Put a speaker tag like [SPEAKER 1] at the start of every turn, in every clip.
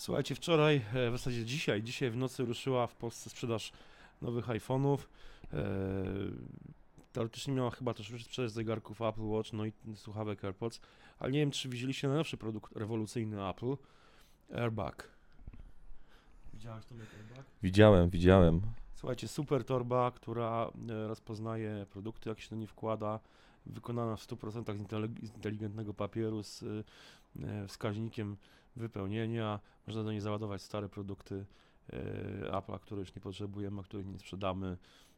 [SPEAKER 1] Słuchajcie, wczoraj, w zasadzie dzisiaj w nocy ruszyła w Polsce sprzedaż nowych iPhone'ów. E, Teoretycznie miała chyba też ruszyć sprzedaż zegarków Apple Watch, no i słuchawek AirPods, ale nie wiem, czy widzieliście najnowszy produkt rewolucyjny Apple, Airbag. Widziałeś to Airbag?
[SPEAKER 2] Widziałem.
[SPEAKER 1] Słuchajcie, super torba, która rozpoznaje produkty, jak się do niej wkłada, wykonana w 100% z inteligentnego papieru, z wskaźnikiem wypełnienia. Można do niej załadować stare produkty Apple'a, które już nie potrzebujemy, a których nie sprzedamy.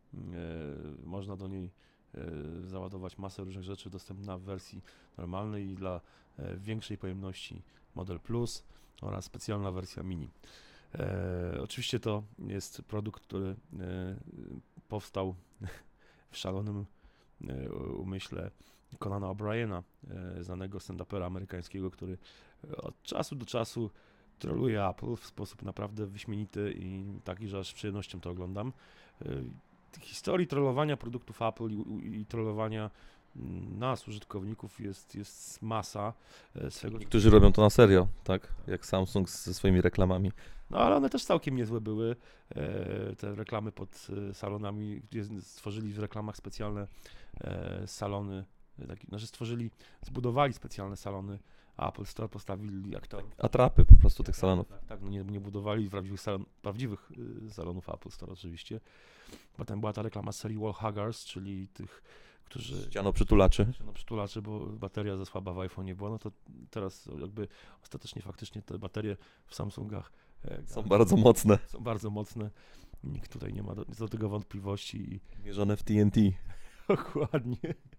[SPEAKER 1] Można do niej załadować masę różnych rzeczy, dostępna w wersji normalnej i dla większej pojemności Model Plus oraz specjalna wersja Mini. Oczywiście to jest produkt, który powstał w szalonym umyśle Conana O'Briena, znanego stand-upera amerykańskiego, który od czasu do czasu troluje Apple w sposób naprawdę wyśmienity i taki, że aż z przyjemnością to oglądam. Historii trollowania produktów Apple i trollowania nas, użytkowników, jest masa.
[SPEAKER 2] Niektórzy robią to na serio, tak? Jak Samsung ze swoimi reklamami.
[SPEAKER 1] No ale one też całkiem niezłe były. Te reklamy pod salonami, gdzie stworzyli w reklamach specjalne salony, zbudowali specjalne salony Apple Store, postawili aktorów.
[SPEAKER 2] Atrapy po prostu tych salonów.
[SPEAKER 1] Tak, no nie budowali prawdziwych salonów Apple Store oczywiście. Potem była ta reklama z serii Wallhuggers, czyli tych, którzy...
[SPEAKER 2] Ścianoprzytulaczy.
[SPEAKER 1] Przytulaczy, bo bateria za słaba w iPhone'ie była, no to teraz jakby ostatecznie faktycznie te baterie w Samsungach
[SPEAKER 2] Są bardzo mocne.
[SPEAKER 1] są bardzo mocne. Nikt tutaj nie ma do tego wątpliwości i
[SPEAKER 2] Mierzone w TNT.
[SPEAKER 1] dokładnie.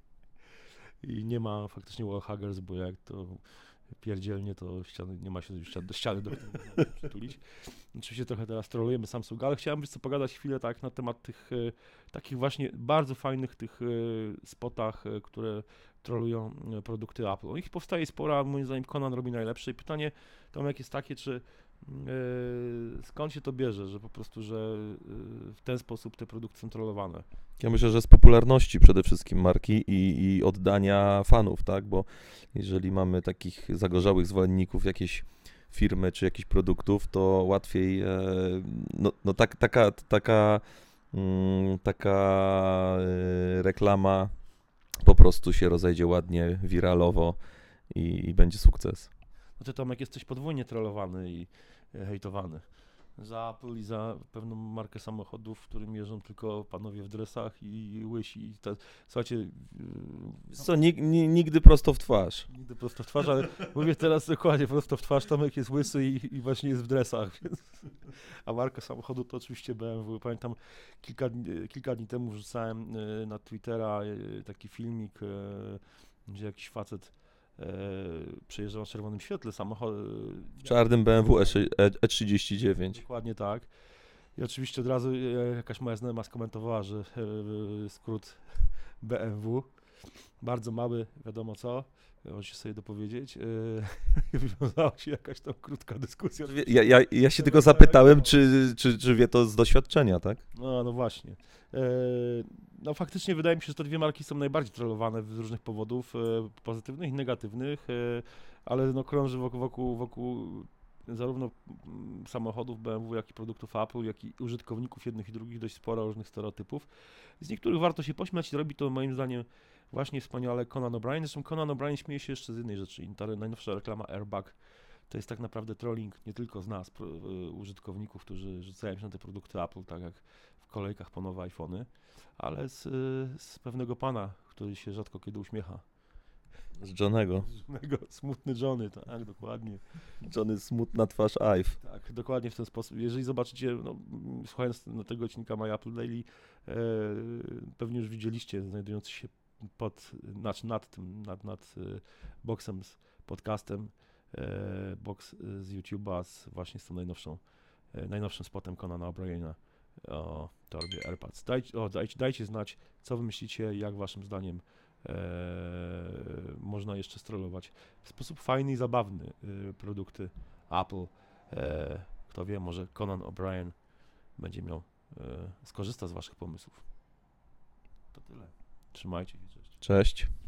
[SPEAKER 1] I nie ma faktycznie wallhuggers, bo jak to pierdzielnie, to ściany, nie ma się już do ściany do której można przytulić. Oczywiście trochę teraz trolujemy Samsung, ale chciałem wiesz co, pogadać chwilę tak na temat tych takich właśnie bardzo fajnych tych spotach, które trolują produkty Apple. O nich powstaje spora, moim zdaniem Conan robi najlepsze i pytanie Tomek jest takie, czy skąd się to bierze, że po prostu, że w ten sposób te produkty są trollowane.
[SPEAKER 2] Ja myślę, że z popularności przede wszystkim marki i oddania fanów, tak? Bo jeżeli mamy takich zagorzałych zwolenników jakiejś firmy czy jakichś produktów, to łatwiej, taka reklama po prostu się rozejdzie ładnie, wiralowo i będzie sukces.
[SPEAKER 1] No ty Tomek jesteś podwójnie trollowany i hejtowany. Za Apple i za pewną markę samochodów, w którym jeżdżą tylko panowie w dresach i łysi. Słuchajcie...
[SPEAKER 2] Co, nigdy prosto w twarz.
[SPEAKER 1] Nigdy prosto w twarz, ale mówię teraz dokładnie prosto w twarz. Tomek jest łysy i właśnie jest w dresach. Więc... A marka samochodu to oczywiście BMW. Pamiętam kilka dni temu wrzucałem na Twittera taki filmik, gdzie jakiś facet przejeżdżał na czerwonym świetle samochód.
[SPEAKER 2] W czarnym BMW E39.
[SPEAKER 1] Dokładnie tak. I oczywiście od razu jakaś moja znajoma skomentowała, że skrót BMW, bardzo mały, wiadomo co, możecie sobie dopowiedzieć. Wywiązała się jakaś tam krótka dyskusja.
[SPEAKER 2] Ja się tylko zapytałem, czy wie to z doświadczenia, tak?
[SPEAKER 1] No właśnie. No faktycznie wydaje mi się, że te dwie marki są najbardziej trollowane z różnych powodów, pozytywnych i negatywnych, ale no krąży wokół zarówno samochodów BMW, jak i produktów Apple, jak i użytkowników jednych i drugich dość sporo różnych stereotypów. Z niektórych warto się pośmiać i robi to moim zdaniem właśnie wspaniale Conan O'Brien. Zresztą Conan O'Brien śmieje się jeszcze z jednej rzeczy. I ta najnowsza reklama Airbag to jest tak naprawdę trolling nie tylko z nas, użytkowników, którzy rzucają się na te produkty Apple, tak jak w kolejkach po nowe iPhony, ale z pewnego pana, który się rzadko kiedy uśmiecha.
[SPEAKER 2] Z Johnego.
[SPEAKER 1] Smutny Johnny, tak, dokładnie.
[SPEAKER 2] Johnny smutna twarz Ive.
[SPEAKER 1] Tak, dokładnie w ten sposób. Jeżeli zobaczycie, no, słuchając tego odcinka My Apple Daily, pewnie już widzieliście znajdujący się nad boxem z podcastem, box z YouTube'a właśnie z tą najnowszym spotem Conana O'Briena o torbie AirPods. Dajcie znać, co wy myślicie, jak waszym zdaniem można jeszcze strollować w sposób fajny i zabawny produkty Apple. Kto wie, może Conan O'Brien będzie miał skorzysta z waszych pomysłów. To tyle. Trzymajcie się, cześć.
[SPEAKER 2] Cześć.